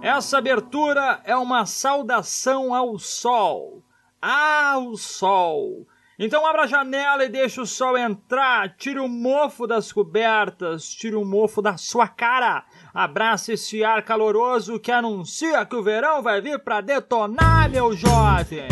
Essa abertura é uma saudação ao sol. Ao sol. Então abra a janela e deixe o sol entrar. Tire o mofo das cobertas. Tire o mofo da sua cara. Abrace esse ar caloroso que anuncia que o verão vai vir pra detonar, meu jovem.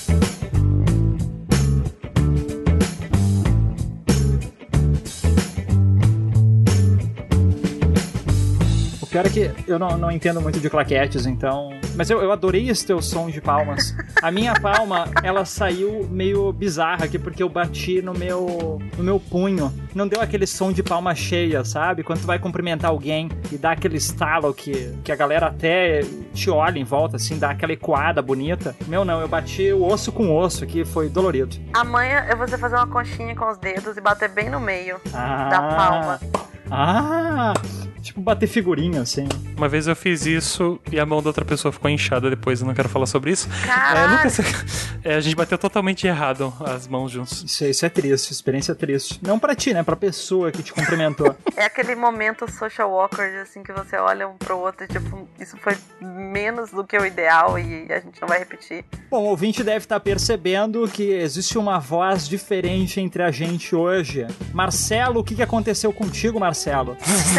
Pior é que eu não entendo muito de claquetes, então... Mas eu adorei esse teu som de palmas. A minha palma, ela saiu meio bizarra aqui, porque eu bati no meu punho. Não deu aquele som de palma cheia, sabe? Quando tu vai cumprimentar alguém e dá aquele estalo que a galera até te olha em volta, assim, dá aquela ecoada bonita. Meu não, eu bati o osso com osso aqui, foi dolorido. Amanhã é você fazer uma conchinha com os dedos e bater bem no meio da palma. Tipo bater figurinha, assim. Uma vez eu fiz isso e a mão da outra pessoa ficou inchada depois, eu não quero falar sobre isso. Lucas, a gente bateu totalmente errado as mãos juntos. Isso é triste, experiência triste. Não pra ti, né? Pra pessoa que te cumprimentou. É aquele momento social awkward, assim, que você olha um pro outro e tipo, isso foi menos do que o ideal e a gente não vai repetir. Bom, o ouvinte deve estar percebendo que existe uma voz diferente entre a gente hoje. Marcelo, o que aconteceu contigo, Marcelo?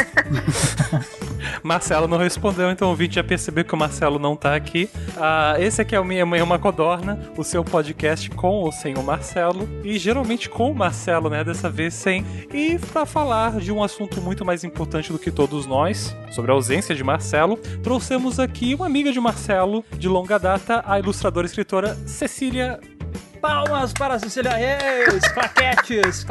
Marcelo não respondeu, então o ouvinte já percebeu que o Marcelo não tá aqui. Esse aqui é o Minha Mãe é uma Codorna, o seu podcast com ou sem o Marcelo, e geralmente com o Marcelo, né, dessa vez sem. E pra falar de um assunto muito mais importante do que todos nós, sobre a ausência de Marcelo, trouxemos aqui uma amiga de Marcelo, de longa data, a ilustradora e escritora Cecília. Palmas para a Cecília Reis, claquetes,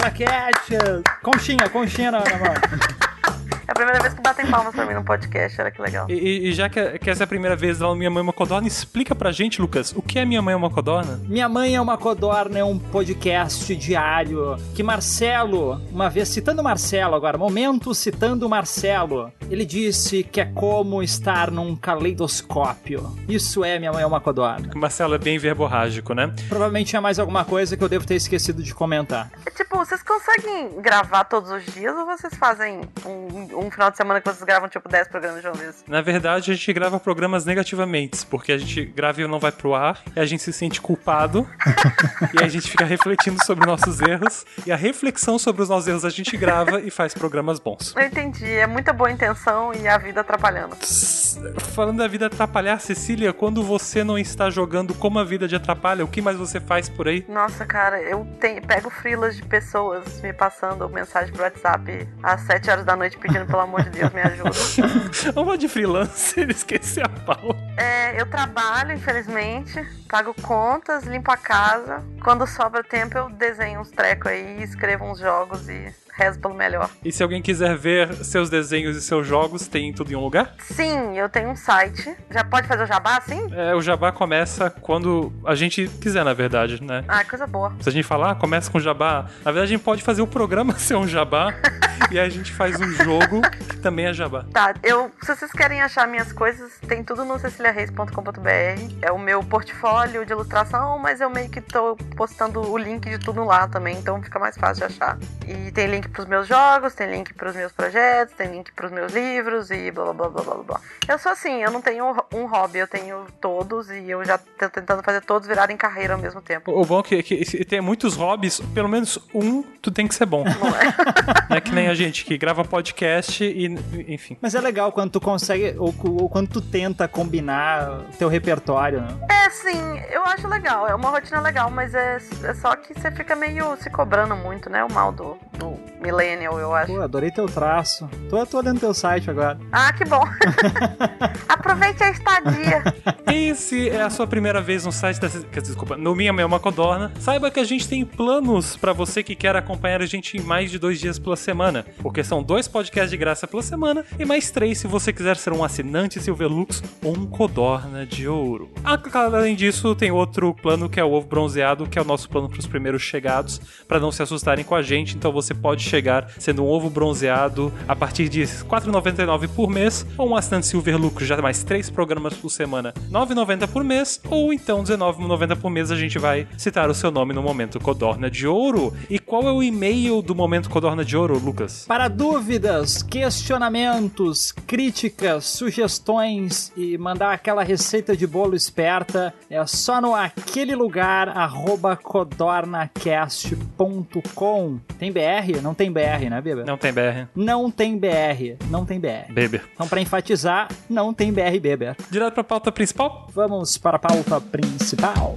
conchinha na mão. É a primeira vez que batem palmas pra mim no podcast, olha que legal. E já que essa é a primeira vez lá no Minha Mãe é uma Codorna, explica pra gente, Lucas, o que é Minha Mãe é uma Codorna? Minha Mãe é uma Codorna é um podcast diário que Marcelo, uma vez, citando Marcelo agora, momento citando Marcelo, ele disse que é como estar num caleidoscópio. Isso é Minha Mãe é uma Codorna. Marcelo é bem verborrágico, né? Provavelmente tinha mais alguma coisa que eu devo ter esquecido de comentar. Tipo, vocês conseguem gravar todos os dias ou vocês fazem um final de semana que vocês gravam tipo 10 programas de uma vez? Na verdade, a gente grava programas negativamente, porque a gente grava e não vai pro ar, e a gente se sente culpado, e a gente fica refletindo sobre nossos erros, e a reflexão sobre os nossos erros a gente grava e faz programas bons. Eu entendi, é muita boa intenção e a vida atrapalhando. Falando da vida atrapalhar, Cecília, quando você não está jogando como a vida te atrapalha, o que mais você faz por aí? Nossa, cara, eu pego freelas de pessoas me passando mensagem pro WhatsApp às 7 horas da noite pedindo, pelo amor de Deus, me ajuda. Vamos de freelancer, esqueci a pau. Eu trabalho, infelizmente, pago contas, limpo a casa. Quando sobra tempo, eu desenho uns trecos aí, escrevo uns jogos e rezo pelo melhor. E se alguém quiser ver seus desenhos e seus jogos, tem tudo em um lugar? Sim, eu tenho um site. Já pode fazer o jabá, sim? O jabá começa quando a gente quiser, na verdade, né? Coisa boa. Se a gente falar, começa com jabá, na verdade a gente pode fazer o programa ser um jabá e aí a gente faz um jogo que também é jabá. Tá, se vocês querem achar minhas coisas, tem tudo no ceciliareis.com.br. É o meu portfólio de ilustração, mas eu meio que tô postando o link de tudo lá também, então fica mais fácil de achar. E tem link pros meus jogos, tem link pros meus projetos, tem link pros meus livros e blá blá blá blá blá. Eu sou assim, eu não tenho um hobby, eu tenho todos e eu já tô tentando fazer todos virarem carreira ao mesmo tempo. O bom é que tem muitos hobbies, pelo menos um, tu tem que ser bom. Não é? Não é que nem a gente que grava podcast e, enfim. Mas é legal quando tu consegue, ou quando tu tenta combinar teu repertório, né? Sim, eu acho legal, é uma rotina legal, mas é só que você fica meio se cobrando muito, né? O mal do millennial, eu acho. Pô, adorei teu traço. Tô olhando teu site agora. Que bom. Aproveite a estadia. E se é a sua primeira vez no site no Minha Mãe é uma Codorna, saiba que a gente tem planos pra você que quer acompanhar a gente em mais de 2 dias pela semana, porque são 2 podcasts de graça pela semana e mais 3 se você quiser ser um assinante Silverlux ou um Codorna de ouro. Além disso, tem outro plano que é o Ovo Bronzeado, que é o nosso plano pros primeiros chegados, pra não se assustarem com a gente, então você você pode chegar sendo um ovo bronzeado a partir de R$ 4,99 por mês, ou um assinante Silver Lucro já mais 3 programas por semana, R$ 9,90 por mês, ou então R$ 19,90 por mês. A gente vai citar o seu nome no Momento Codorna de Ouro. E qual é o e-mail do Momento Codorna de Ouro, Lucas? Para dúvidas, questionamentos, críticas, sugestões e mandar aquela receita de bolo esperta, é só no aquelelugar@codornacast.com. Tem BR? Não tem BR, né, Beber? Não tem BR. Não tem BR. Não tem BR. Beber. Então, pra enfatizar, não tem BR, Beber. Direto pra pauta principal? Vamos para a pauta principal.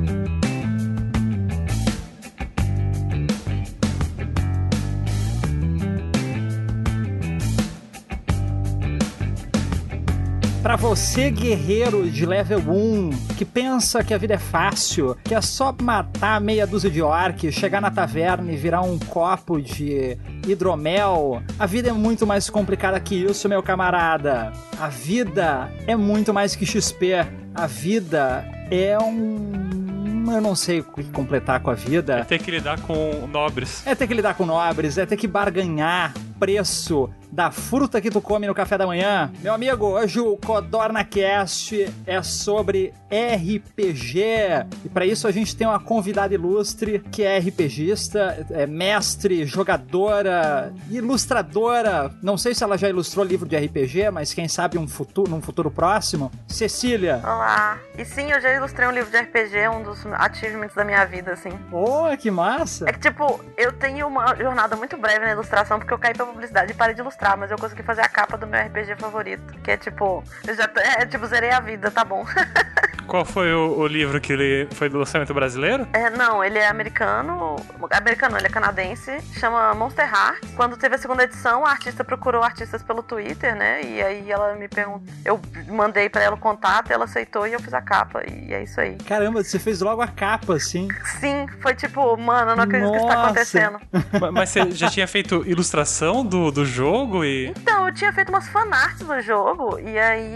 Pra você, guerreiro de level 1, que pensa que a vida é fácil, que é só matar meia dúzia de orcs, chegar na taverna e virar um copo de hidromel, a vida é muito mais complicada que isso, meu camarada. A vida é muito mais que XP. A vida é eu não sei o que completar com a vida. É ter que lidar com nobres. É ter que lidar com nobres, é ter que barganhar preço da fruta que tu come no café da manhã. Meu amigo, hoje o CodornaCast é sobre RPG. E para isso a gente tem uma convidada ilustre que é RPGista, é mestre, jogadora, ilustradora. Não sei se ela já ilustrou livro de RPG, mas quem sabe num futuro próximo. Cecília. Olá. E sim, eu já ilustrei um livro de RPG, um dos achievements da minha vida, assim. Oh, que massa! É que, tipo, eu tenho uma jornada muito breve na ilustração, porque eu caí pra publicidade e parei de ilustrar, mas eu consegui fazer a capa do meu RPG favorito, que é, tipo, eu já zerei a vida, tá bom. Qual foi o livro que ele foi do lançamento brasileiro? Não, ele é americano, ele é canadense, chama Monster Heart. Quando teve a segunda edição, a artista procurou artistas pelo Twitter, né, e aí ela me perguntou, eu mandei pra ela o contato, ela aceitou e eu fiz a capa, e é isso aí. Caramba, você fez logo a capa, assim? Sim, foi tipo, mano, eu não acredito que isso tá acontecendo. Mas você já tinha feito ilustração do jogo e... Então, eu tinha feito umas fanarts do jogo, e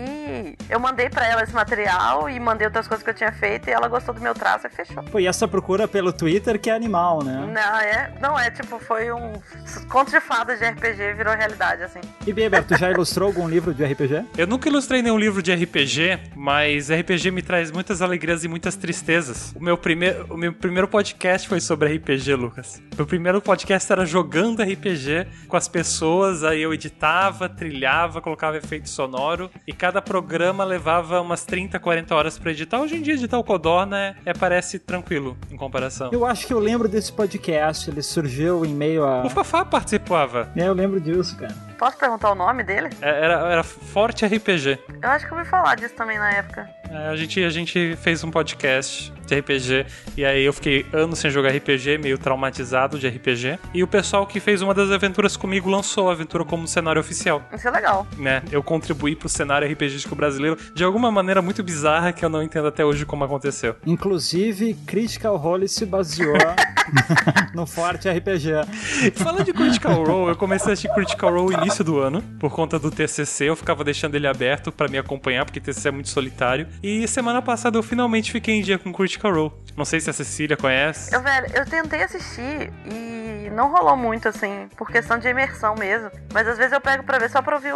aí eu mandei pra ela esse material e mandei outras coisas que eu tinha feito, e ela gostou do meu traço e fechou. Pô, e essa procura pelo Twitter que é animal, né? Não, tipo, foi um conto de fadas de RPG, virou realidade, assim. E Beber, tu já ilustrou algum livro de RPG? Eu nunca ilustrei nenhum livro de RPG, mas RPG me traz muitas alegrias e muitas tristezas. O meu primeiro podcast foi sobre RPG, Lucas. Meu primeiro podcast era jogando RPG com as pessoas, aí eu editava, trilhava, colocava efeito sonoro, e cada programa levava umas 30, 40 horas pra editar. Hoje em dia, editar o Codorna parece tranquilo, em comparação. Eu acho que eu lembro desse podcast, ele surgiu em meio a... O Fafá participava. Eu lembro disso, cara. Posso perguntar o nome dele? Era Forte RPG. Eu acho que eu ouvi falar disso também na época. A gente fez um podcast de RPG, e aí eu fiquei anos sem jogar RPG, meio traumatizado de RPG, e o pessoal que fez uma das aventuras comigo lançou a aventura como cenário oficial. Isso é legal. Né? Eu contribuí pro cenário RPGístico brasileiro de alguma maneira muito bizarra que eu não entendo até hoje como aconteceu. Inclusive, Critical Role se baseou no Forte RPG. Falando de Critical Role, eu comecei a assistir Critical Role no início do ano, por conta do TCC, eu ficava deixando ele aberto pra me acompanhar, porque TCC é muito solitário, e semana passada eu finalmente fiquei em dia com Critical Role. Não sei se a Cecília conhece. Eu tentei assistir e não rolou muito, assim, por questão de imersão mesmo, mas às vezes eu pego pra ver só pra ouvir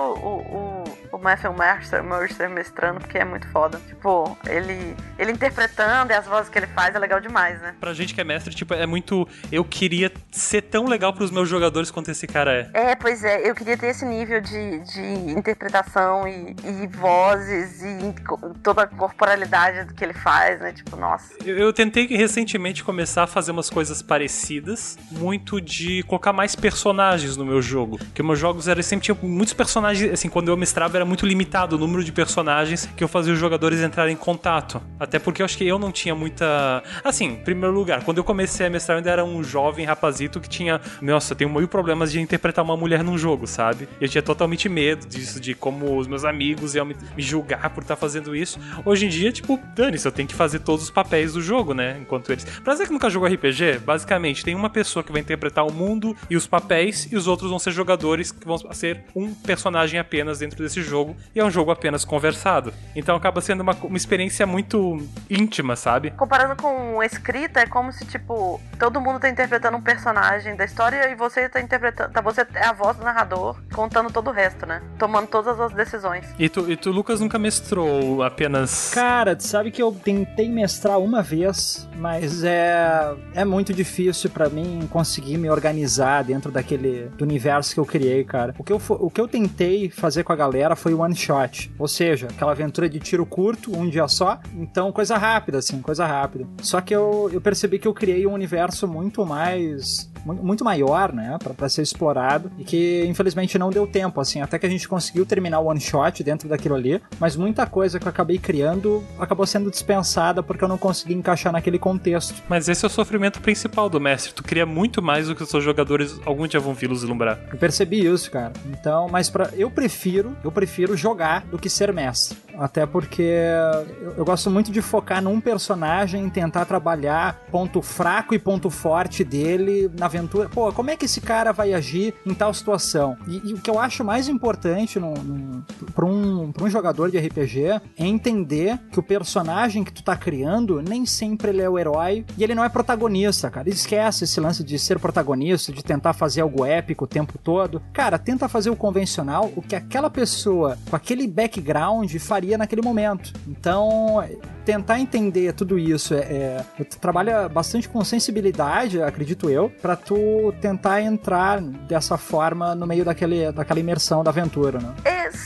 o Matthew Mercer mestrando, porque é muito foda. Tipo, ele interpretando e as vozes que ele faz é legal demais, né? Pra gente que é mestre, tipo, é muito... Eu queria ser tão legal pros meus jogadores quanto esse cara é. Pois é, eu queria ter esse nível de interpretação e vozes e toda a corporalidade do que ele faz, né? Tipo, nossa. Eu tentei recentemente começar a fazer umas coisas parecidas, muito de colocar mais personagens no meu jogo. Porque meus jogos sempre tinham muitos personagens, assim, quando eu mestrava era muito limitado o número de personagens que eu fazia os jogadores entrarem em contato. Até porque eu acho que eu não tinha muita... Assim, em primeiro lugar, quando eu comecei a mestrar eu ainda era um jovem rapazito que tinha... Nossa, eu tenho mil problemas de interpretar uma mulher num jogo, sabe? Eu tinha totalmente medo disso, de como os meus amigos iam me julgar por estar fazendo isso. Hoje em dia, tipo, dane-se, eu tenho que fazer todos os papéis do jogo, né? Enquanto eles... Pra você que nunca jogou RPG, basicamente, tem uma pessoa que vai interpretar o mundo e os papéis, e os outros vão ser jogadores que vão ser um personagem apenas dentro desse jogo, e é um jogo apenas conversado. Então acaba sendo uma experiência muito íntima, sabe? Comparando com escrita, é como se, tipo, todo mundo tá interpretando um personagem da história e você tá interpretando... Você é a voz do narrador, contando todo o resto, né? Tomando todas as decisões. E tu, Lucas, nunca mestrou apenas... Cara, tu sabe que eu tentei mestrar uma vez, mas é muito difícil pra mim conseguir me organizar dentro do universo que eu criei, cara. O que eu tentei fazer com a galera foi one shot, ou seja, aquela aventura de tiro curto, um dia só, então coisa rápida, assim, coisa rápida. Só que eu percebi que eu criei um universo muito maior, né, pra ser explorado, e que infelizmente não deu tempo, assim, até que a gente conseguiu terminar o one shot dentro daquilo ali, mas muita coisa que eu acabei criando acabou sendo dispensada porque eu não consegui encaixar naquele contexto. Mas esse é o sofrimento principal do mestre, tu cria muito mais do que os seus jogadores algum dia vão vislumbrar. Eu percebi isso, cara. Então, mas eu prefiro jogar do que ser mestre. Até porque eu gosto muito de focar num personagem e tentar trabalhar ponto fraco e ponto forte dele na aventura. Pô, como é que esse cara vai agir em tal situação? E o que eu acho mais importante pra um jogador de RPG é entender que o personagem que tu tá criando, nem sempre ele é o herói e ele não é protagonista, cara. Esquece esse lance de ser protagonista, de tentar fazer algo épico o tempo todo. Cara, tenta fazer o convencional, o que aquela pessoa com aquele background faria naquele momento. Então, tentar entender tudo isso tu trabalha bastante com sensibilidade, acredito eu, pra tu tentar entrar dessa forma no meio daquela imersão da aventura, né?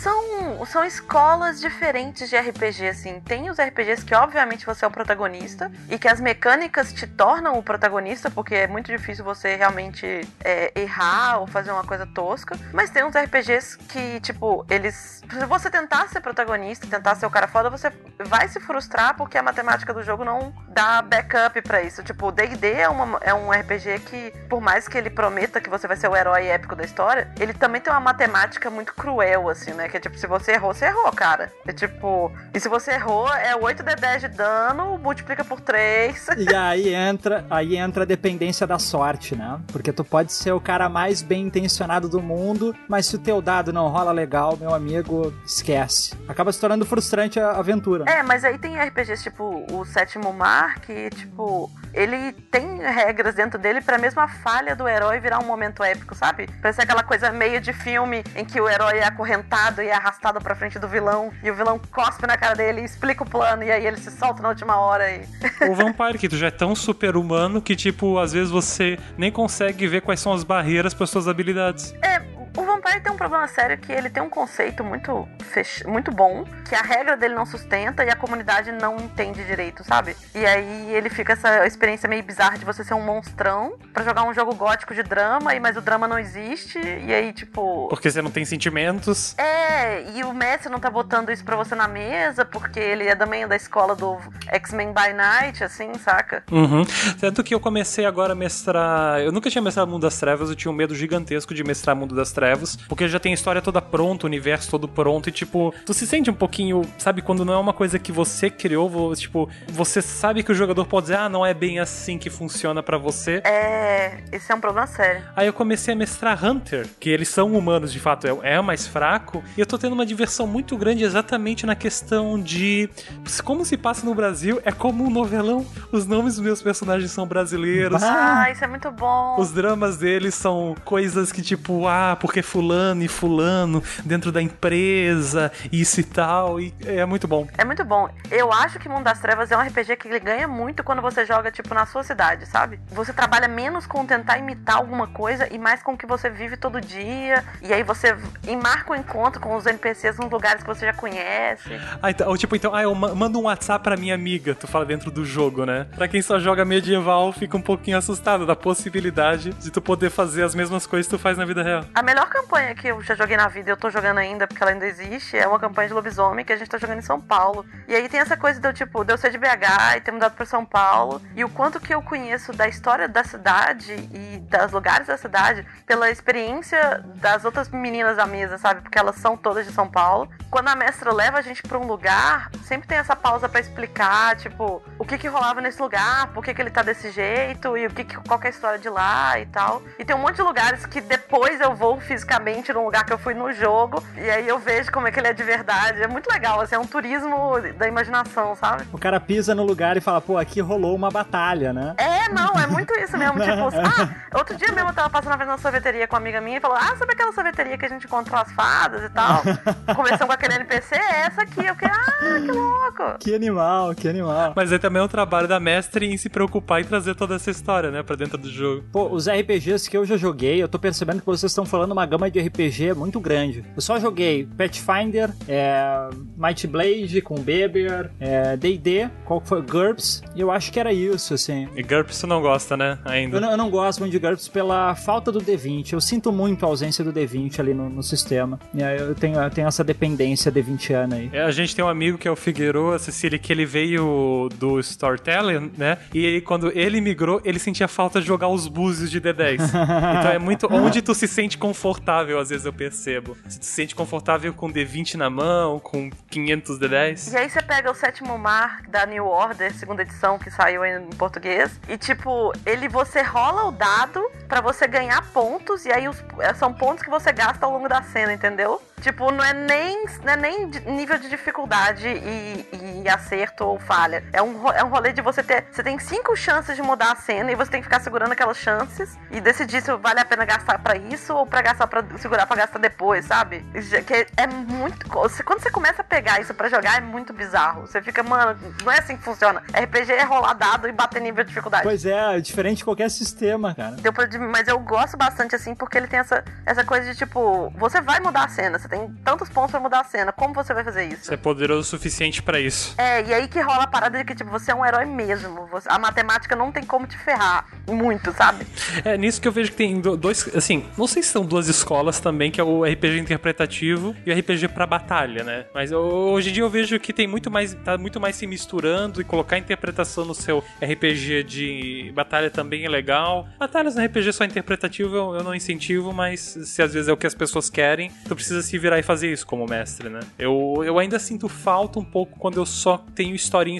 São escolas diferentes de RPG, assim. Tem os RPGs que, obviamente, você é o protagonista e que as mecânicas te tornam o protagonista, porque é muito difícil você realmente errar ou fazer uma coisa tosca. Mas tem uns RPGs que, tipo, se você tentar ser protagonista, tentar ser o cara foda, você vai se frustrar porque a matemática do jogo não dá backup pra isso. Tipo, o D&D é um RPG que, por mais que ele prometa que você vai ser o herói épico da história, ele também tem uma matemática muito cruel, assim, né? Que é tipo, se você errou, você errou, cara. É tipo, e se você errou, é 8d10 de dano, multiplica por 3. E aí entra a dependência da sorte, né? Porque tu pode ser o cara mais bem intencionado do mundo, mas se o teu dado não rola legal, meu amigo, esquece. Acaba se tornando frustrante a aventura. Mas aí tem RPGs tipo o Sétimo Mar, que, tipo, ele tem regras dentro dele pra mesma falha do herói virar um momento épico, sabe? Parece aquela coisa meio de filme em que o herói é acorrentado e é arrastado pra frente do vilão, e o vilão cospe na cara dele e explica o plano, e aí ele se solta na última hora. O Vampire, que tu já é tão super-humano que, tipo, às vezes você nem consegue ver quais são as barreiras para suas habilidades. O Vampire tem um problema sério que ele tem um conceito muito bom, que a regra dele não sustenta e a comunidade não entende direito, sabe? E aí ele fica essa experiência meio bizarra de você ser um monstrão pra jogar um jogo gótico de drama, mas o drama não existe, e aí, tipo... Porque você não tem sentimentos. E o mestre não tá botando isso pra você na mesa, porque ele é também da escola do X-Men by Night, assim, saca? Uhum. Tanto que eu comecei agora a mestrar... Eu nunca tinha mestrado Mundo das Trevas, eu tinha um medo gigantesco de mestrar Mundo das Trevas, porque já tem a história toda pronta, o universo todo pronto, e tipo, tu se sente um pouquinho, sabe, quando não é uma coisa que você criou, tipo, você sabe que o jogador pode dizer, não é bem assim que funciona pra você. Esse é um problema sério. Aí eu comecei a mestrar Hunter, que eles são humanos, de fato, é mais fraco, e eu tô tendo uma diversão muito grande exatamente na questão de como se passa no Brasil, é como um novelão, os nomes dos meus personagens são brasileiros. Isso é muito bom. Os dramas deles são coisas que tipo, porque fulano e fulano dentro da empresa, isso e tal, e é muito bom. É muito bom. Eu acho que Mundo das Trevas é um RPG que ele ganha muito quando você joga, tipo, na sua cidade, sabe? Você trabalha menos com tentar imitar alguma coisa e mais com o que você vive todo dia, e aí você marca um encontro com os NPCs nos lugares que você já conhece. Eu mando um WhatsApp pra minha amiga, tu fala dentro do jogo, né? Pra quem só joga medieval, fica um pouquinho assustado da possibilidade de tu poder fazer as mesmas coisas que tu faz na vida real. A melhor campanha campanha que eu já joguei na vida e eu tô jogando ainda, porque ela ainda existe, é uma campanha de lobisomem que a gente tá jogando em São Paulo. E aí tem essa coisa de eu ser de BH e ter mudado pra São Paulo, e o quanto que eu conheço da história da cidade e dos lugares da cidade pela experiência das outras meninas da mesa, sabe? Porque elas são todas de São Paulo. Quando a mestra leva a gente pra um lugar, sempre tem essa pausa pra explicar, tipo, o que rolava nesse lugar, por que ele tá desse jeito, e qual que é a história de lá e tal. E tem um monte de lugares que depois eu vou fisicamente num lugar que eu fui no jogo, e aí eu vejo como é que ele é de verdade. É muito legal, assim, é um turismo da imaginação, sabe? O cara pisa no lugar e fala, pô, aqui rolou uma batalha, né? Não, é muito isso mesmo, tipo, outro dia mesmo eu tava passando na frente de uma sorveteria com uma amiga minha e falou, sabe aquela sorveteria que a gente encontrou as fadas e tal? Conversando com aquele NPC, é essa aqui. Eu fiquei, que louco! Que animal, que animal. Mas aí também é um trabalho da mestre em se preocupar e trazer toda essa história, né, pra dentro do jogo. Pô, os RPGs que eu já joguei, eu tô percebendo que vocês estão falando uma gama de RPG muito grande. Eu só joguei Pathfinder, Might Blade com Beber, D&D, qual foi? GURPS, e eu acho que era isso, assim. E GURPS tu não gosta, né, ainda? Eu não gosto muito de GURPS pela falta do D20. Eu sinto muito a ausência do D20 ali no sistema. E aí eu tenho essa dependência D20ana aí. A gente tem um amigo que é o Figueiredo, a Cecília, que ele veio do Storytelling, né? E quando ele migrou, ele sentia falta de jogar os búzios de D10. Então é muito onde tu se sente confortável, às vezes eu percebo. Se tu se sente confortável com D20 na mão, com 500 D10. E aí você pega o Sétimo Mar da New Order, segunda edição, que saiu em português, e tipo, você rola o dado pra você ganhar pontos, e aí são pontos que você gasta ao longo da cena, entendeu? Tipo, não é nem nível de dificuldade e acerto ou falha. É um rolê de você tem 5 chances de mudar a cena e você tem que ficar segurando aquelas chances e decidir se vale a pena gastar pra isso ou pra gastar pra segurar pra gastar depois, sabe? Que é muito... Quando você começa a pegar isso pra jogar, é muito bizarro. Você fica, mano, não é assim que funciona. RPG é rolar dado e bater nível de dificuldade. Pois é diferente de qualquer sistema, cara. Mas eu gosto bastante, assim, porque ele tem essa coisa de, tipo, você vai mudar a cena, você tem tantos pontos pra mudar a cena, como você vai fazer isso? Você é poderoso o suficiente pra isso. E aí que rola a parada de que, tipo, você é um herói mesmo. A matemática não tem como te ferrar muito, sabe? É nisso que eu vejo que tem dois, assim, não sei se são duas escolas também, que é o RPG interpretativo e o RPG pra batalha, né? Mas hoje em dia eu vejo que tá muito mais se misturando e colocar interpretação no seu RPG de batalha também é legal. Batalhas no RPG só interpretativo eu não incentivo, mas se às vezes é o que as pessoas querem, tu precisa se virar e fazer isso como mestre, né? Eu ainda sinto falta um pouco quando eu só tenho historinha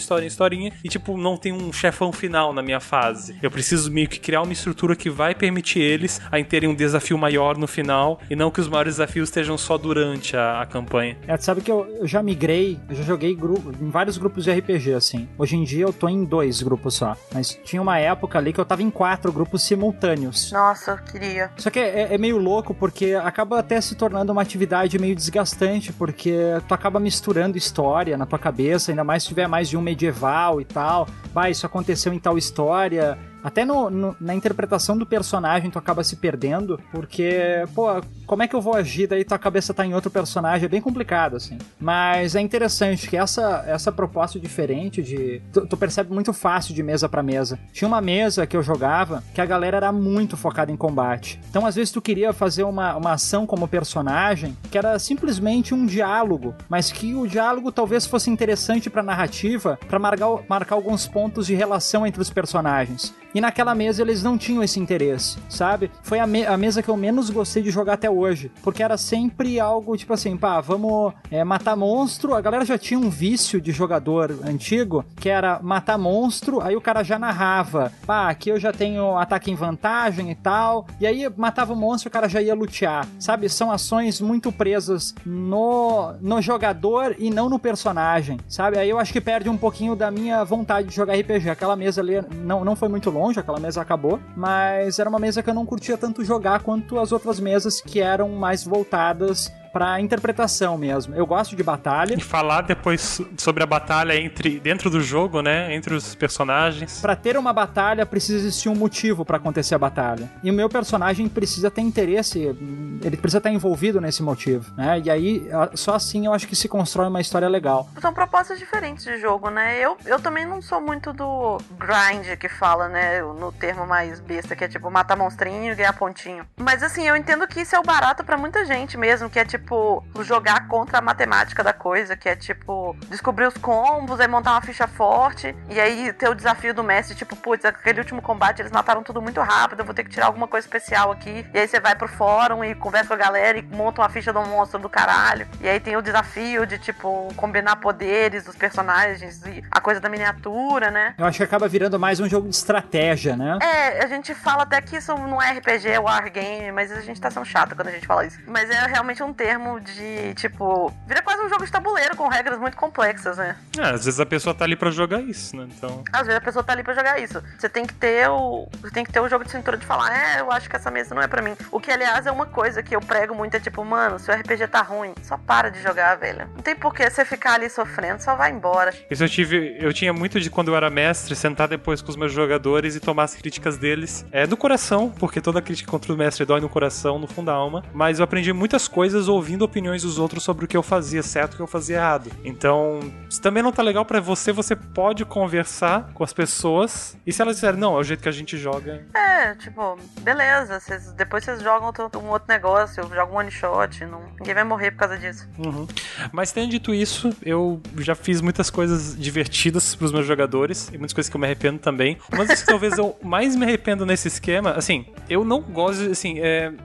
e tipo, não tem um chefão final na minha fase. Eu preciso meio que criar uma estrutura que vai permitir eles a terem um desafio maior no final e não que os maiores desafios estejam só durante a campanha. Tu sabe que eu já migrei, eu já joguei em vários grupos de RPG, assim. Hoje em dia eu tô em 2 grupos só, mas tinha uma época ali que eu tava em 4 grupos simultâneos. Nossa, eu queria. Só que é meio louco porque acaba até se tornando uma atividade meio desgastante, porque tu acaba misturando história na tua cabeça, ainda mais se tiver mais de um medieval e tal. Isso aconteceu em tal história. Até na interpretação do personagem tu acaba se perdendo, porque, como é que eu vou agir? Daí tua cabeça tá em outro personagem, é bem complicado, assim. Mas é interessante que essa proposta diferente tu percebe muito fácil de mesa pra mesa. Tinha uma mesa que eu jogava que a galera era muito focada em combate. Então, às vezes, tu queria fazer uma ação como personagem que era simplesmente um diálogo, mas que o diálogo talvez fosse interessante pra narrativa, pra marcar alguns pontos de relação entre os personagens. E naquela mesa eles não tinham esse interesse, sabe? Foi a mesa que eu menos gostei de jogar até hoje, porque era sempre algo tipo assim, vamos matar monstro. A galera já tinha um vício de jogador antigo, que era matar monstro, aí o cara já narrava, aqui eu já tenho ataque em vantagem e tal, e aí matava o monstro e o cara já ia lutear, sabe? São ações muito presas no jogador e não no personagem, sabe? Aí eu acho que perde um pouquinho da minha vontade de jogar RPG. Aquela mesa ali não foi muito longe, aquela mesa acabou, mas era uma mesa que eu não curtia tanto jogar quanto as outras mesas que eram mais voltadas pra interpretação mesmo. Eu gosto de batalha. E falar depois sobre a batalha dentro do jogo, né? Entre os personagens. Pra ter uma batalha, precisa existir um motivo pra acontecer a batalha. E o meu personagem precisa ter interesse, ele precisa estar envolvido nesse motivo, né? E aí, só assim eu acho que se constrói uma história legal. São propostas diferentes de jogo, né? Eu também não sou muito do grind que fala, né? No termo mais besta, que é tipo matar monstrinho e ganhar pontinho. Mas assim, eu entendo que isso é o barato pra muita gente mesmo, que é tipo jogar contra a matemática da coisa, que é tipo descobrir os combos, aí montar uma ficha forte, e aí ter o desafio do mestre, tipo, putz, aquele último combate eles mataram tudo muito rápido, eu vou ter que tirar alguma coisa especial aqui. E aí você vai pro fórum e conversa com a galera e monta uma ficha do monstro do caralho. E aí tem o desafio de, tipo, combinar poderes dos personagens e a coisa da miniatura, né? Eu acho que acaba virando mais um jogo de estratégia, né? A gente fala até que isso não é RPG, é wargame, mas a gente tá sendo chato quando a gente fala isso. Mas é realmente um termo de, tipo, vira quase um jogo de tabuleiro com regras muito complexas, né? Às vezes a pessoa tá ali pra jogar isso, né? Então... Às vezes a pessoa tá ali pra jogar isso. Você tem que ter o jogo de cintura de falar, eu acho que essa mesa não é pra mim. O que, aliás, é uma coisa que eu prego muito, é tipo, mano, se o RPG tá ruim, só para de jogar, velho. Não tem por que você ficar ali sofrendo, só vai embora. Isso eu tinha muito de quando eu era mestre, sentar depois com os meus jogadores e tomar as críticas deles. Do coração, porque toda crítica contra o mestre dói no coração, no fundo da alma. Mas eu aprendi muitas coisas ouvindo opiniões dos outros sobre o que eu fazia certo e o que eu fazia errado. Então, se também não tá legal pra você pode conversar com as pessoas. E se elas disserem, não, é o jeito que a gente joga. Tipo, beleza. Depois vocês jogam um outro negócio, jogam um one shot. Ninguém vai morrer por causa disso. Uhum. Mas tendo dito isso, eu já fiz muitas coisas divertidas pros meus jogadores. E muitas coisas que eu me arrependo também. Mas isso que talvez eu mais me arrependo nesse esquema, assim, eu não gosto, assim,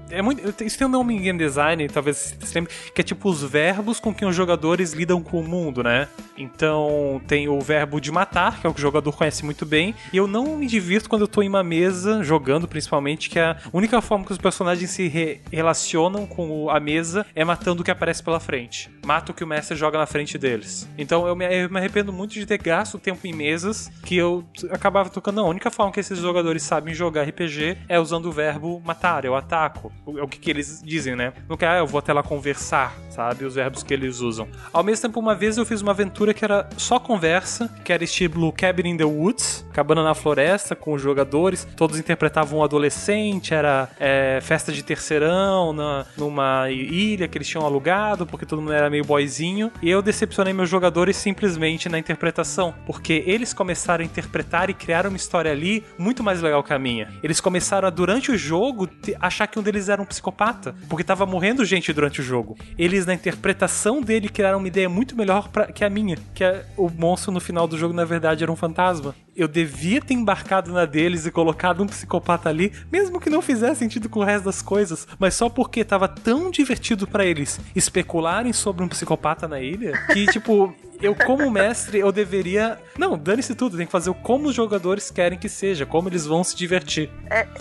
isso tem um nome em game design, talvez você lembre, que é tipo os verbos com que os jogadores lidam com o mundo, né? Então, tem o verbo de matar, que é o que o jogador conhece muito bem, e eu não me divirto quando eu tô em uma mesa, jogando principalmente, que a única forma que os personagens se relacionam com a mesa é matando o que aparece pela frente. Mata o que o mestre joga na frente deles. Então, eu me arrependo muito de ter gasto tempo em mesas que eu acabava tocando, não, a única forma que esses jogadores sabem jogar RPG é usando o verbo matar, eu ataco. É o que eles dizem, né? Não que, eu vou até lá conversar, sabe? Os verbos que eles usam. Ao mesmo tempo, uma vez eu fiz uma aventura que era só conversa, que era estilo Cabin in the Woods, cabana na floresta, com os jogadores, todos interpretavam um adolescente, era festa de terceirão, numa ilha que eles tinham alugado, porque todo mundo era meio boyzinho, e eu decepcionei meus jogadores simplesmente na interpretação, porque eles começaram a interpretar e criar uma história ali muito mais legal que a minha. Eles começaram a, durante o jogo, achar que um deles era um psicopata, porque tava morrendo gente durante o jogo. Eles, na interpretação dele, criaram uma ideia muito melhor que a minha, que o monstro no final do jogo, na verdade, era um fantasma. Eu devia ter embarcado na deles e colocado um psicopata ali, mesmo que não fizesse sentido com o resto das coisas, mas só porque tava tão divertido pra eles especularem sobre um psicopata na ilha, que, tipo... Eu, como mestre, eu deveria... Não, dane-se tudo, tem que fazer como os jogadores querem que seja, como eles vão se divertir.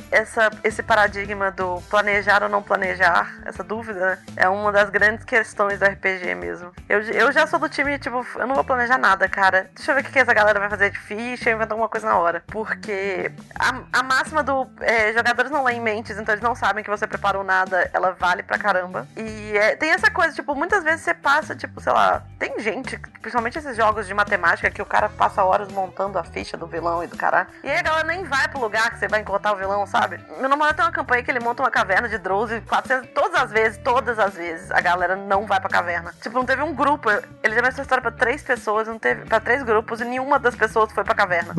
Esse paradigma do planejar ou não planejar, essa dúvida, né, é uma das grandes questões do RPG mesmo. Eu já sou do time, tipo, eu não vou planejar nada, cara. Deixa eu ver o que essa galera vai fazer de ficha, inventar alguma coisa na hora. Porque a máxima do... jogadores não leem mentes, então eles não sabem que você preparou nada, ela vale pra caramba. E tem essa coisa, tipo, muitas vezes você passa, tipo, sei lá, tem gente... Principalmente esses jogos de matemática que o cara passa horas montando a ficha do vilão e do caralho. E aí a galera nem vai pro lugar que você vai encontrar o vilão, sabe? Meu namorado tem uma campanha que ele monta uma caverna de Drowsy 400... Todas as vezes, a galera não vai pra caverna. Tipo, não teve um grupo. Ele já mostrou a história pra 3 pessoas, não teve pra 3 grupos e nenhuma das pessoas foi pra caverna.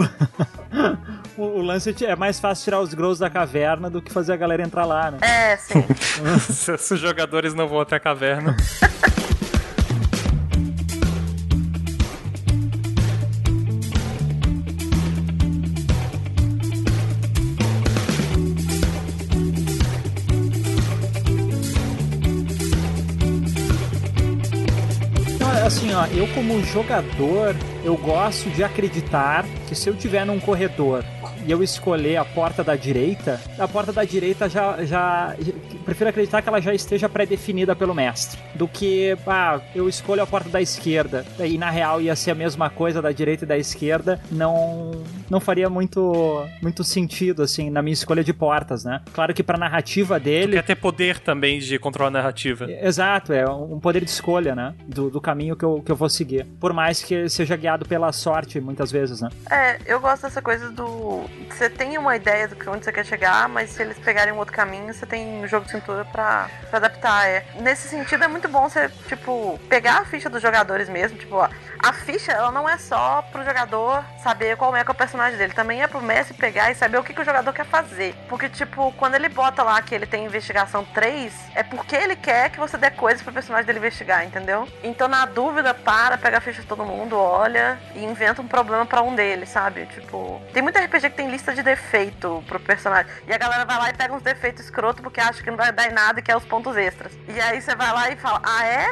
O lance é mais fácil tirar os Growls da caverna do que fazer a galera entrar lá, né? Sim. Se os jogadores não vão até a caverna... Assim, ó, eu como jogador, eu gosto de acreditar que se eu tiver num corredor e eu escolher a porta da direita, a porta da direita já prefiro acreditar que ela já esteja pré-definida pelo mestre, do que, eu escolho a porta da esquerda, e na real ia ser a mesma coisa da direita e da esquerda, não faria muito sentido, assim, na minha escolha de portas, né? Claro que pra narrativa dele... Tu quer ter poder também de controlar a narrativa. Exato, é um poder de escolha, né? Do caminho que eu vou seguir. Por mais que seja guiado pela sorte, muitas vezes, né? Eu gosto dessa coisa do... Você tem uma ideia de onde você quer chegar, mas se eles pegarem um outro caminho, você tem um jogo de cintura pra adaptar. Nesse sentido, é muito bom você, tipo, pegar a ficha dos jogadores mesmo. Tipo, a ficha, ela não é só pro jogador saber qual é o personagem dele. Também é pro mestre pegar e saber o que o jogador quer fazer. Porque, tipo, quando ele bota lá que ele tem investigação 3, é porque ele quer que você dê coisas pro personagem dele investigar, entendeu? Então, na dúvida, pega a ficha de todo mundo, olha e inventa um problema pra um deles, sabe? Tipo, tem muita RPG que tem lista de defeito pro personagem. E a galera vai lá e pega uns defeitos escroto porque acha que não vai dar em nada e quer os pontos extras. E aí você vai lá e fala,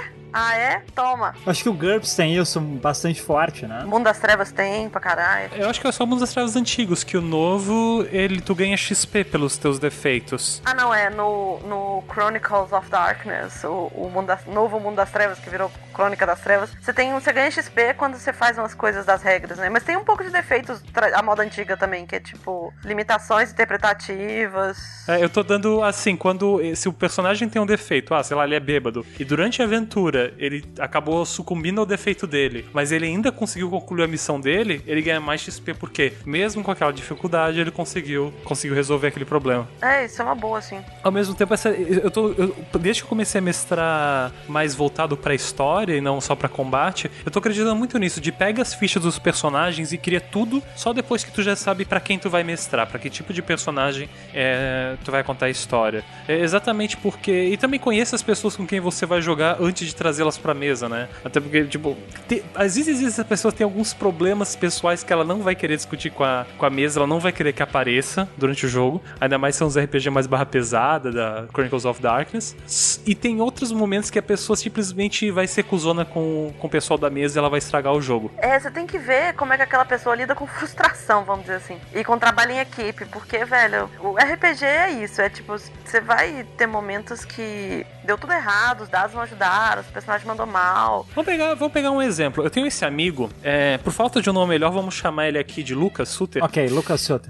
toma. Acho que o GURPS tem isso bastante forte, né? O Mundo das Trevas tem pra caralho. Eu acho que é só o Mundo das Trevas antigos, que o novo, tu ganha XP pelos teus defeitos. Não, no Chronicles of Darkness, novo Mundo das Trevas, que virou Crônica das Trevas, você ganha XP quando você faz umas coisas das regras, né? Mas tem um pouco de defeitos, a moda antiga também, que é tipo, limitações interpretativas. Eu tô dando, assim, se o personagem tem um defeito, sei lá, ele é bêbado, e durante a aventura ele acabou sucumbindo ao defeito dele, mas ele ainda conseguiu concluir a missão dele, ele ganha mais XP, porque mesmo com aquela dificuldade, ele conseguiu resolver aquele problema. Isso é uma boa, sim. Ao mesmo tempo, desde que eu comecei a mestrar mais voltado pra história e não só pra combate, eu tô acreditando muito nisso, de pega as fichas dos personagens e cria tudo só depois que tu já sabe pra quem tu vai mestrar, pra que tipo de personagem tu vai contar a história. Exatamente porque... E também conheça as pessoas com quem você vai jogar antes de trazê-las pra mesa, né? Até porque, tipo, às vezes a pessoa tem alguns problemas pessoais que ela não vai querer discutir com a mesa, ela não vai querer que apareça durante o jogo, ainda mais são os RPG mais barra pesada da Chronicles of Darkness, e tem outros momentos que a pessoa simplesmente vai ser cuzona com o pessoal da mesa e ela vai estragar o jogo. Você tem que ver como é que aquela pessoa lida com frustração, vamos dizer assim, e com trabalho em equipe, porque, velho, o RPG é isso, tipo, você vai ter momentos que deu tudo errado, os dados não ajudaram, os personagens mandou mal. Vamos pegar um exemplo. Eu tenho esse amigo, por falta de um nome melhor, vamos chamar ele aqui de Lucas Suter. Ok, Lucas Suter.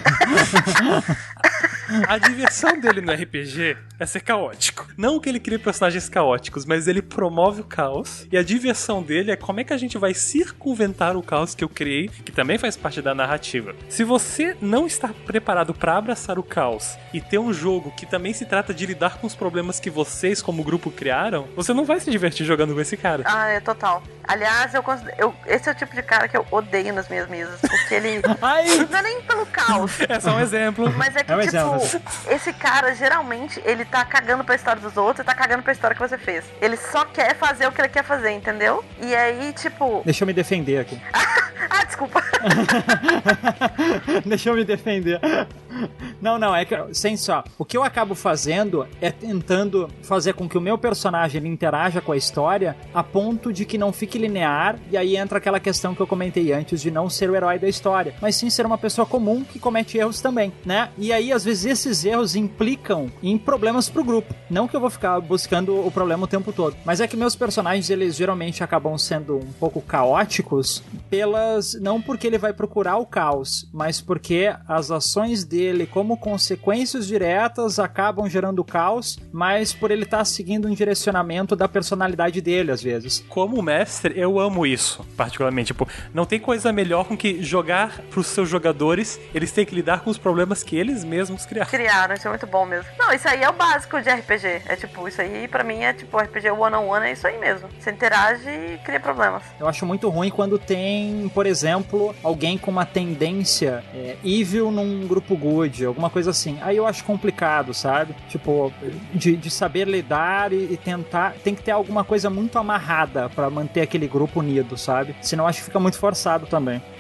A diversão dele no RPG é ser caótico. Não que ele crie personagens caóticos, mas ele promove o caos. E a diversão dele é como é que a gente vai circunventar o caos que eu criei, que também faz parte da narrativa. Se você não está preparado para abraçar o caos e ter um jogo que também se trata de lidar com os problemas que vocês como grupo criaram, você não vai se divertir jogando com esse cara. Total. Aliás, esse é o tipo de cara que eu odeio nas minhas mesas, porque ele... Não é nem pelo caos. É só um exemplo. Mas é que, esse cara, geralmente, ele tá cagando pra história dos outros e tá cagando pra história que você fez. Ele só quer fazer o que ele quer fazer, entendeu? E aí, tipo... Deixa eu me defender aqui. Desculpa. Deixa eu me defender. Não, é que, sem só. O que eu acabo fazendo é tentando fazer com que o meu personagem ele interaja com a história a ponto de que não fique linear, e aí entra aquela questão que eu comentei antes de não ser o herói da história, mas sim ser uma pessoa comum que comete erros também, né? E aí, às vezes, esses erros implicam em problemas pro grupo. Não que eu vou ficar buscando o problema o tempo todo, mas é que meus personagens, eles geralmente acabam sendo um pouco caóticos não porque ele vai procurar o caos, mas porque as ações dele, como consequências diretas, acabam gerando caos, mas por ele estar seguindo um direcionamento da personalidade dele, às vezes. Como mestre, eu amo isso, particularmente. Tipo, não tem coisa melhor com que jogar pros seus jogadores, eles têm que lidar com os problemas que eles mesmos criaram. Isso é muito bom mesmo. Não, isso aí é o básico de RPG. É tipo, isso aí pra mim é tipo, RPG one-on-one é isso aí mesmo. Você interage e cria problemas. Eu acho muito ruim quando tem, por exemplo, alguém com uma tendência evil num grupo good, alguma coisa assim. Aí eu acho complicado, sabe? Tipo, de saber lidar e tentar... Tem que ter alguma coisa muito amarrada pra manter aquele grupo unido, sabe? Senão acho que fica muito forçado também.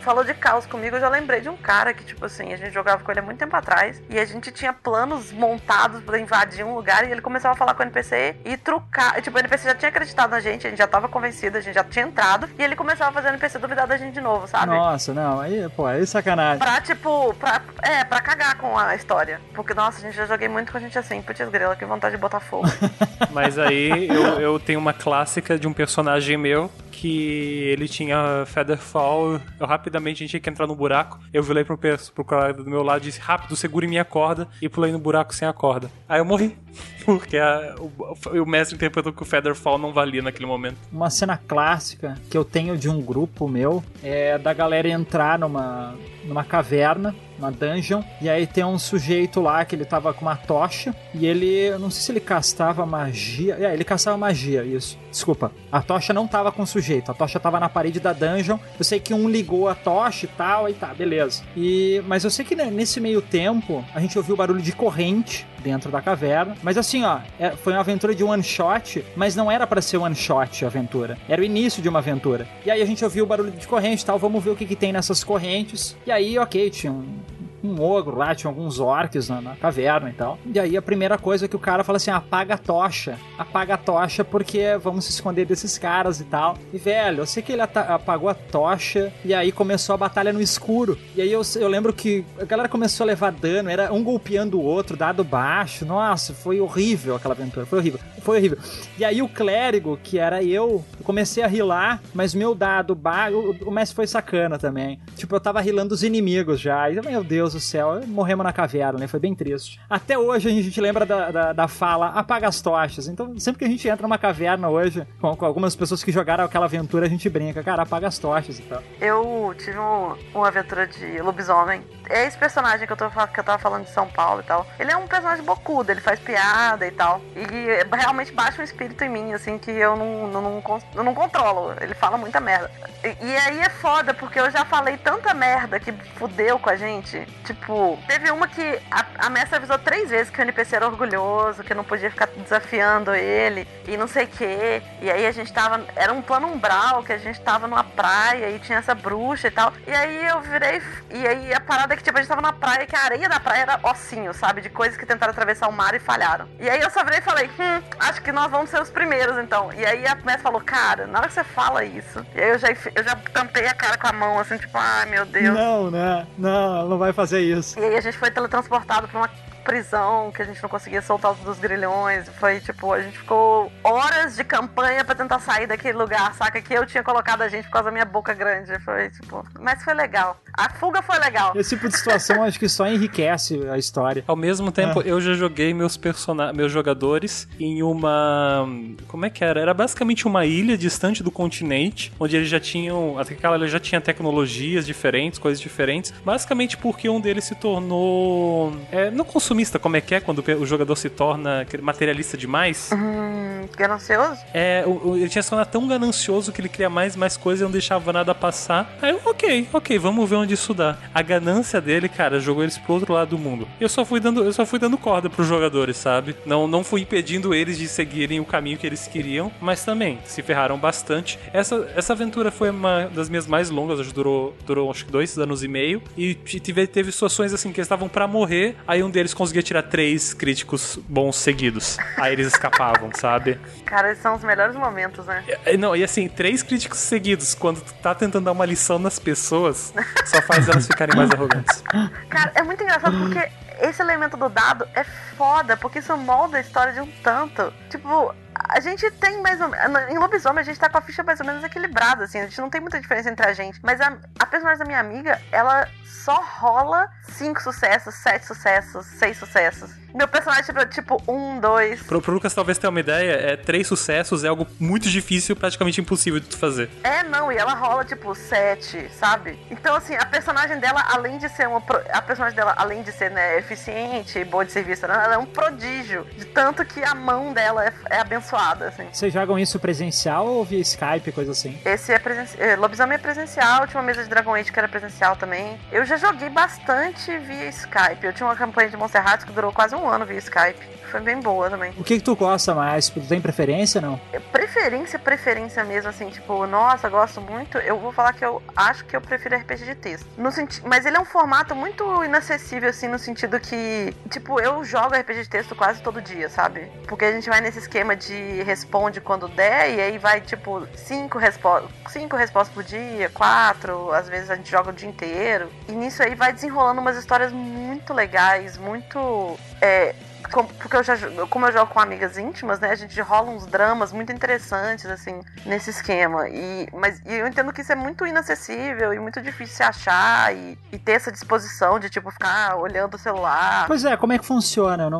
falou de caos comigo, eu já lembrei de um cara que, tipo assim, a gente jogava com ele há muito tempo atrás e a gente tinha planos montados pra invadir um lugar e ele começava a falar com o NPC e trucar. Tipo, o NPC já tinha acreditado na gente, a gente já tava convencido, a gente já tinha entrado e ele começava a fazer o NPC duvidar da gente de novo, sabe? Nossa, não, aí, pô, aí sacanagem. Pra, tipo, pra cagar com a história. Porque, nossa, a gente já joguei muito com a gente assim, putz grela, que vontade de botar fogo. Mas aí eu tenho uma clássica de um personagem meu que ele tinha Featherfall, eu rapidamente a gente tinha que entrar no buraco, eu virei pro colega do meu lado e disse, rápido, segure minha corda, e pulei no buraco sem a corda. Aí eu morri, porque o mestre interpretou que o Featherfall não valia naquele momento. Uma cena clássica que eu tenho de um grupo meu é da galera entrar numa caverna, uma dungeon, e aí tem um sujeito lá que ele tava com uma tocha, e ele, eu não sei se ele castava magia, ele castava magia, isso, desculpa, a tocha não tava com o sujeito, a tocha tava na parede da dungeon, eu sei que um ligou a tocha e tal, aí tá, beleza, mas eu sei que nesse meio tempo, a gente ouviu barulho de corrente dentro da caverna, mas assim, ó, foi uma aventura de one shot, mas não era pra ser one shot a aventura, era o início de uma aventura, e aí a gente ouviu o barulho de corrente e tal, vamos ver o que tem nessas correntes, e aí, ok, tinha um ogro lá, tinha alguns orcs na caverna e tal. E aí a primeira coisa que o cara fala assim, apaga a tocha porque vamos se esconder desses caras e tal. E velho, eu sei que ele apagou a tocha e aí começou a batalha no escuro. E aí eu lembro que a galera começou a levar dano, era um golpeando o outro, dado baixo. Nossa, foi horrível aquela aventura, foi horrível. E aí o clérigo, que era eu comecei a rilar, mas meu dado baixo, o mestre foi sacana também. Tipo, eu tava rilando os inimigos já. E, meu Deus do céu, morremos na caverna, né? Foi bem triste. Até hoje a gente lembra da fala, apaga as tochas. Então, sempre que a gente entra numa caverna hoje, com algumas pessoas que jogaram aquela aventura, a gente brinca, cara, apaga as tochas e tal. Eu tive uma aventura de lobisomem. É esse personagem que eu tava falando de São Paulo e tal. Ele é um personagem bocudo, ele faz piada e tal. E realmente baixa um espírito em mim, assim, que eu não controlo. Ele fala muita merda. E aí é foda, porque eu já falei tanta merda que fudeu com a gente. Tipo, teve uma que a mestra avisou 3 vezes que o NPC era orgulhoso, que não podia ficar desafiando ele e não sei o que. E aí a gente tava, era um plano umbral, que a gente tava numa praia e tinha essa bruxa e tal. E aí eu virei, e aí a parada é que tipo, a gente tava na praia, que a areia da praia era ossinho, sabe? De coisas que tentaram atravessar o mar e falharam. E aí eu só virei e falei, acho que nós vamos ser os primeiros então. E aí a mestra falou, cara, na hora que você fala isso, e aí eu já tampei a cara com a mão, assim, tipo, ai meu Deus. Não, né? Não vai fazer isso. E aí a gente foi teletransportado pra uma prisão que a gente não conseguia soltar dos grilhões. Foi tipo, a gente ficou horas de campanha pra tentar sair daquele lugar, saca? Que eu tinha colocado a gente por causa da minha boca grande. Foi tipo, mas foi legal. A fuga foi legal. Esse tipo de situação acho que só enriquece a história. Ao mesmo tempo, eu já joguei meus jogadores em uma... Como é que era? Era basicamente uma ilha distante do continente, onde eles já tinham... Aquela ilha já tinha tecnologias diferentes, coisas diferentes. Basicamente porque um deles se tornou... não consumista, como é que é quando o jogador se torna materialista demais? Ganancioso? Ele tinha se tornado tão ganancioso que ele queria mais coisas e não deixava nada passar. Aí eu, ok, vamos ver onde isso dá. A ganância dele, cara, jogou eles pro outro lado do mundo. Eu só fui dando corda pros jogadores, sabe? Não fui impedindo eles de seguirem o caminho que eles queriam, mas também se ferraram bastante. Essa aventura foi uma das minhas mais longas, durou acho que 2 anos e meio, e teve situações assim que eles estavam pra morrer, aí um deles conseguia tirar 3 críticos bons seguidos. Aí eles escapavam, sabe? Cara, esses são os melhores momentos, né? E assim, 3 críticos seguidos, quando tu tá tentando dar uma lição nas pessoas, só faz elas ficarem mais arrogantes. Cara, é muito engraçado porque esse elemento do dado é foda, porque isso molda a história de um tanto. Tipo, a gente tem mais ou menos... Em Lobisomem, a gente tá com a ficha mais ou menos equilibrada, assim. A gente não tem muita diferença entre a gente. Mas a personagem da minha amiga, ela só rola 5 sucessos, 7 sucessos, 6 sucessos. Meu personagem é tipo 1, 2... Pro Lucas talvez ter uma ideia, 3 sucessos é algo muito difícil, praticamente impossível de tu fazer. Não, e ela rola tipo 7, sabe? Então assim, a personagem dela, além de ser né, eficiente, boa de serviço, ela é um prodígio, de tanto que a mão dela é abençoada, assim. Vocês jogam isso presencial ou via Skype, coisa assim? Esse é presencial. Lobisomem é presencial, tinha uma mesa de Dragon Age que era presencial também. Eu já joguei bastante via Skype. Eu tinha uma campanha de Monster Hearts que durou quase 1 ano via Skype. foi bem boa também. O que tu gosta mais? Tu tem preferência, não? Preferência mesmo, assim, tipo, nossa, gosto muito. Eu vou falar que eu acho que eu prefiro RPG de texto. Mas ele é um formato muito inacessível, assim, no sentido que, tipo, eu jogo RPG de texto quase todo dia, sabe? Porque a gente vai nesse esquema de responde quando der, e aí vai, tipo, 5 respostas por dia, 4, às vezes a gente joga o dia inteiro. E nisso aí vai desenrolando umas histórias muito legais, muito... Porque como eu jogo com amigas íntimas, né, a gente rola uns dramas muito interessantes, assim, nesse esquema. Mas eu entendo que isso é muito inacessível e muito difícil de achar e ter essa disposição de, tipo, ficar olhando o celular. Pois é, como é que funciona? Eu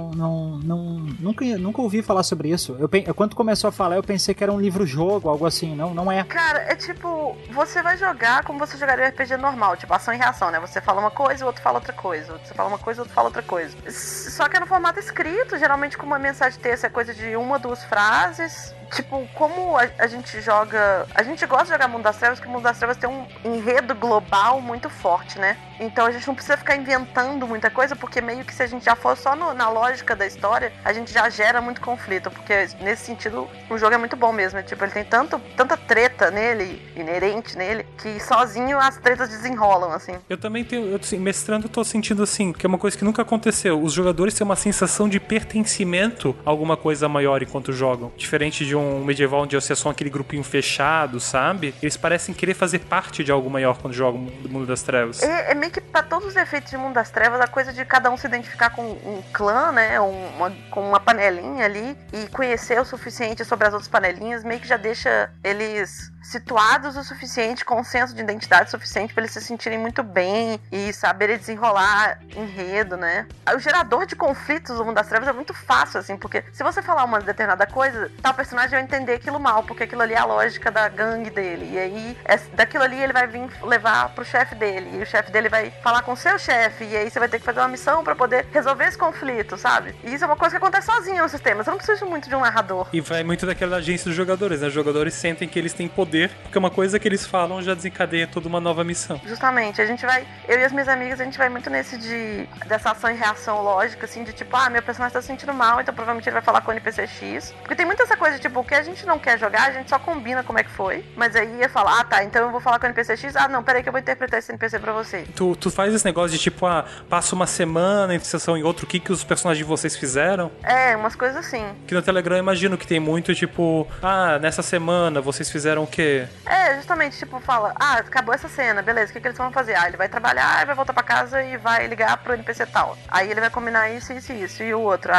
nunca ouvi falar sobre isso. Quando começou a falar, eu pensei que era um livro-jogo, algo assim. Não é. Cara, é tipo, você vai jogar como você jogaria um RPG normal, tipo, ação e reação, né? Você fala uma coisa, o outro fala outra coisa. Você fala uma coisa, o outro fala outra coisa. Só que é no formato escrito, geralmente com uma mensagem texto é coisa de 1 ou 2 frases. Tipo, como a gente joga... A gente gosta de jogar Mundo das Trevas, porque o Mundo das Trevas tem um enredo global muito forte, né? Então a gente não precisa ficar inventando muita coisa, porque meio que se a gente já for só na lógica da história, a gente já gera muito conflito, porque nesse sentido o jogo é muito bom mesmo. Tipo, ele tem tanta treta nele, inerente nele, que sozinho as tretas desenrolam, assim. Eu também tenho... assim, mestrando, eu tô sentindo assim, que é uma coisa que nunca aconteceu. Os jogadores têm uma sensação de pertencimento a alguma coisa maior enquanto jogam. Diferente de um medieval onde você é só aquele grupinho fechado, sabe? Eles parecem querer fazer parte de algo maior quando jogam do Mundo das Trevas. É meio que pra todos os efeitos de Mundo das Trevas, a coisa de cada um se identificar com um clã, né? Com uma panelinha ali e conhecer o suficiente sobre as outras panelinhas, meio que já deixa eles situados o suficiente, com um senso de identidade suficiente pra eles se sentirem muito bem e saberem desenrolar enredo, né? O gerador de conflitos do Mundo das Trevas é muito fácil, assim, porque se você falar uma determinada coisa, tal personagem vai entender aquilo mal, porque aquilo ali é a lógica da gangue dele, e aí daquilo ali ele vai vir levar pro chefe dele, e o chefe dele vai falar com o seu chefe, e aí você vai ter que fazer uma missão pra poder resolver esse conflito, sabe? E isso é uma coisa que acontece sozinho no sistema, você não precisa muito de um narrador. E vai muito daquela agência dos jogadores, né? Os jogadores sentem que eles têm poder, porque uma coisa que eles falam já desencadeia toda uma nova missão. Justamente, eu e as minhas amigas, a gente vai muito nesse dessa ação e reação lógica, assim, de tipo, meu personagem tá se sentindo mal, então provavelmente ele vai falar com o NPC X, porque tem muita essa coisa, tipo, o que a gente não quer jogar, a gente só combina como é que foi, mas aí ia falar, tá, então eu vou falar com o NPC X, não, peraí que eu vou interpretar esse NPC pra você. Tu faz esse negócio de tipo, passa uma semana entre sessão e outra, o que os personagens de vocês fizeram? Umas coisas assim. Que no Telegram eu imagino que tem muito, tipo, nessa semana vocês fizeram o quê? Justamente, tipo, fala, acabou essa cena, beleza, o que eles vão fazer? Ele vai trabalhar, vai voltar pra casa e vai ligar pro NPC tal. Aí ele vai combinar isso, isso e isso. E o outro,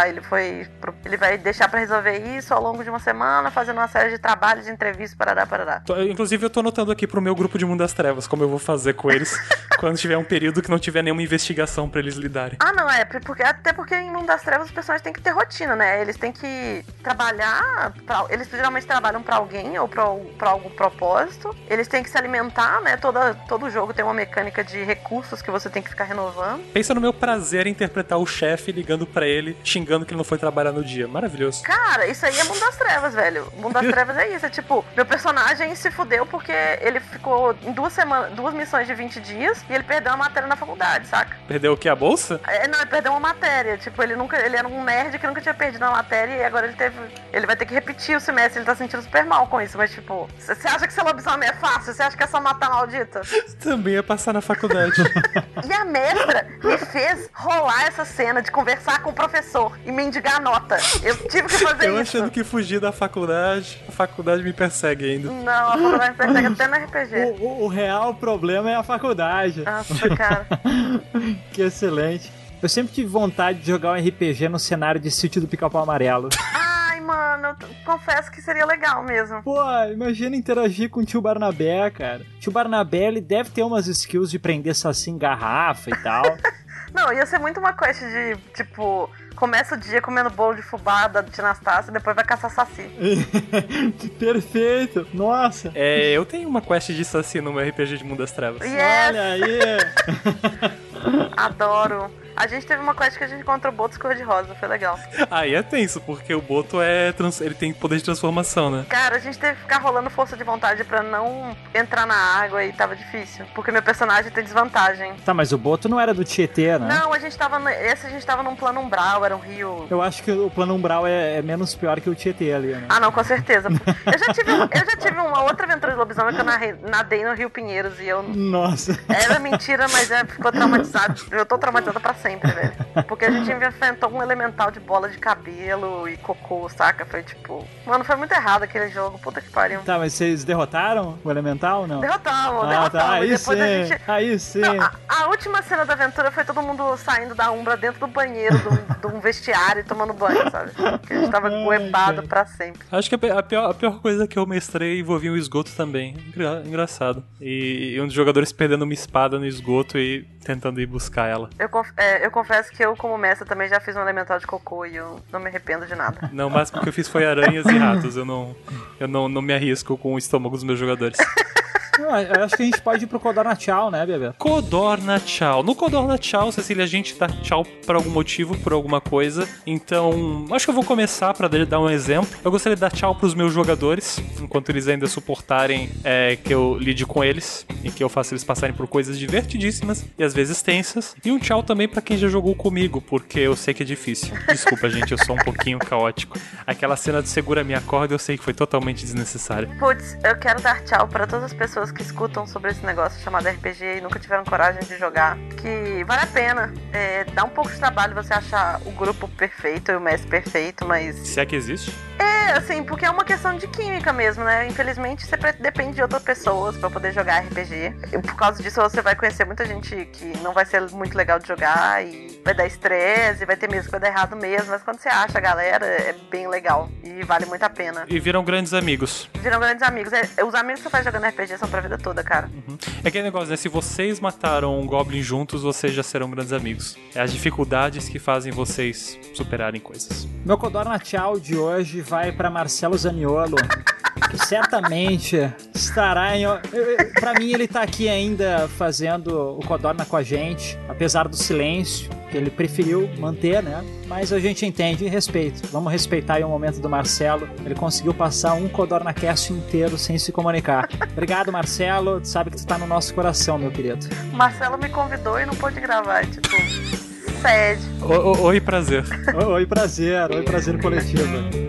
ele vai deixar pra resolver isso ao longo de uma semana, fazendo uma série de trabalhos, de entrevistas, parará. Inclusive, eu tô anotando aqui pro meu grupo de Mundo das Trevas, como eu vou fazer com eles quando tiver um período que não tiver nenhuma investigação pra eles lidarem. Não, até porque em Mundo das Trevas os personagens têm que ter rotina, né? Eles têm que trabalhar, eles geralmente trabalham pra alguém ou pra algum propósito. Eles têm que se alimentar, né? Todo jogo tem uma mecânica de recursos que você tem que ficar renovando. Pensa no meu prazer em interpretar o chefe ligando pra ele, xingando que ele não foi trabalhar no dia. Maravilhoso. Cara, isso aí é Mundo das Trevas, velho. Mundo das Trevas é isso. É tipo, meu personagem se fudeu porque ele ficou em 2 missões de 20 dias e ele perdeu uma matéria na faculdade, saca? Perdeu o quê? A bolsa? Não, ele perdeu uma matéria. Tipo, ele era um nerd que nunca tinha perdido uma matéria e agora ele vai ter que repetir o semestre. Ele tá sentindo super mal com isso, mas tipo, você acha que ser lobisomem é fácil? Você acha que é só matar a maldita? Também ia passar na faculdade. E a mestra me fez rolar essa cena de conversar com o professor e mendigar a nota. Eu tive que fazer eu isso. achando que fugir da faculdade, a faculdade me persegue ainda. Não, a faculdade me persegue até no RPG. O real problema é a faculdade. Nossa, cara. Que excelente. Eu sempre tive vontade de jogar um RPG no cenário de Sítio do Pica-Pau Amarelo. Mano, eu confesso que seria legal mesmo. Pô, imagina interagir com o tio Barnabé, cara. O tio Barnabé, ele deve ter umas skills de prender saci em garrafa e tal. Não, ia ser muito uma quest de, tipo, começa o dia comendo bolo de fubá da tia Anastácia e depois vai caçar saci. Perfeito, nossa. Eu tenho uma quest de saci no meu RPG de Mundo das Trevas. Yes. Olha aí. Adoro. A gente teve uma quest que a gente encontrou botos cor-de-rosa, foi legal. Aí é tenso, porque o Boto ele tem poder de transformação, né? Cara, a gente teve que ficar rolando força de vontade pra não entrar na água e tava difícil. Porque meu personagem tem desvantagem. Tá, mas o Boto não era do Tietê, né? Não, a gente tava num plano umbral, era um rio. Eu acho que o plano umbral é menos pior que o Tietê ali, né? Ah, não, com certeza. Eu já tive uma outra aventura de lobisomem que eu nadei no Rio Pinheiros e eu... Nossa. Era mentira, mas ficou traumatizado. Eu tô traumatizada pra sempre, velho. Porque a gente enfrentou um elemental de bola de cabelo e cocô, saca? Foi tipo... Mano, foi muito errado aquele jogo. Puta que pariu. Tá, mas vocês derrotaram o elemental ou não? Derrotamos. Tá, aí depois sim, a gente... aí sim. Não, a última cena da aventura foi todo mundo saindo da Umbra dentro do banheiro de um vestiário e tomando banho, sabe? Porque a gente tava goebado pra sempre. Acho que a pior coisa que eu mestrei envolvia o esgoto também. Engraçado. E um dos jogadores perdendo uma espada no esgoto e tentando ir buscar ela. Eu confesso que eu, como mestre, também já fiz um elemental de cocô e eu não me arrependo de nada. Não, o máximo que eu fiz foi aranhas e ratos. Eu não me arrisco com o estômago dos meus jogadores. Eu acho que a gente pode ir pro Codorna Tchau, né, bebê? Codorna Tchau. No Codorna Tchau, Cecília, a gente dá tchau por algum motivo, por alguma coisa. Então, acho que eu vou começar pra dar um exemplo. Eu gostaria de dar tchau pros meus jogadores, enquanto eles ainda suportarem que eu lide com eles e que eu faça eles passarem por coisas divertidíssimas e às vezes tensas. E um tchau também pra quem já jogou comigo, porque eu sei que é difícil. Desculpa, gente, eu sou um pouquinho caótico. Aquela cena de segura minha corda eu sei que foi totalmente desnecessária. Putz, eu quero dar tchau pra todas as pessoas que escutam sobre esse negócio chamado RPG e nunca tiveram coragem de jogar, que vale a pena. Dá um pouco de trabalho você achar o grupo perfeito e o mestre perfeito, mas... Se é que existe? Assim, porque é uma questão de química mesmo, né? Infelizmente, você depende de outras pessoas pra poder jogar RPG. E por causa disso, você vai conhecer muita gente que não vai ser muito legal de jogar e vai dar estresse, vai ter medo que vai dar errado mesmo. Mas quando você acha a galera, é bem legal e vale muito a pena. E viram grandes amigos. Viram grandes amigos. Os amigos que você faz jogando RPG são pra vida toda, cara. Uhum. É aquele negócio, né? Se vocês mataram um Goblin juntos, vocês já serão grandes amigos. É as dificuldades que fazem vocês superarem coisas. Meu Codorna Tchau de hoje vai pra Marcelo Zaniolo, que certamente estará em... Pra mim, ele tá aqui ainda fazendo o Codorna com a gente, apesar do silêncio, que ele preferiu manter, né? Mas a gente entende e respeita. Vamos respeitar aí o momento do Marcelo. Ele conseguiu passar um Codorna Cast inteiro sem se comunicar. Obrigado, Marcelo. Tu sabe que tu tá no nosso coração, meu querido. O Marcelo me convidou e não pôde gravar, tipo... Sede. Oi, prazer. Oi, prazer. Oi, prazer coletivo.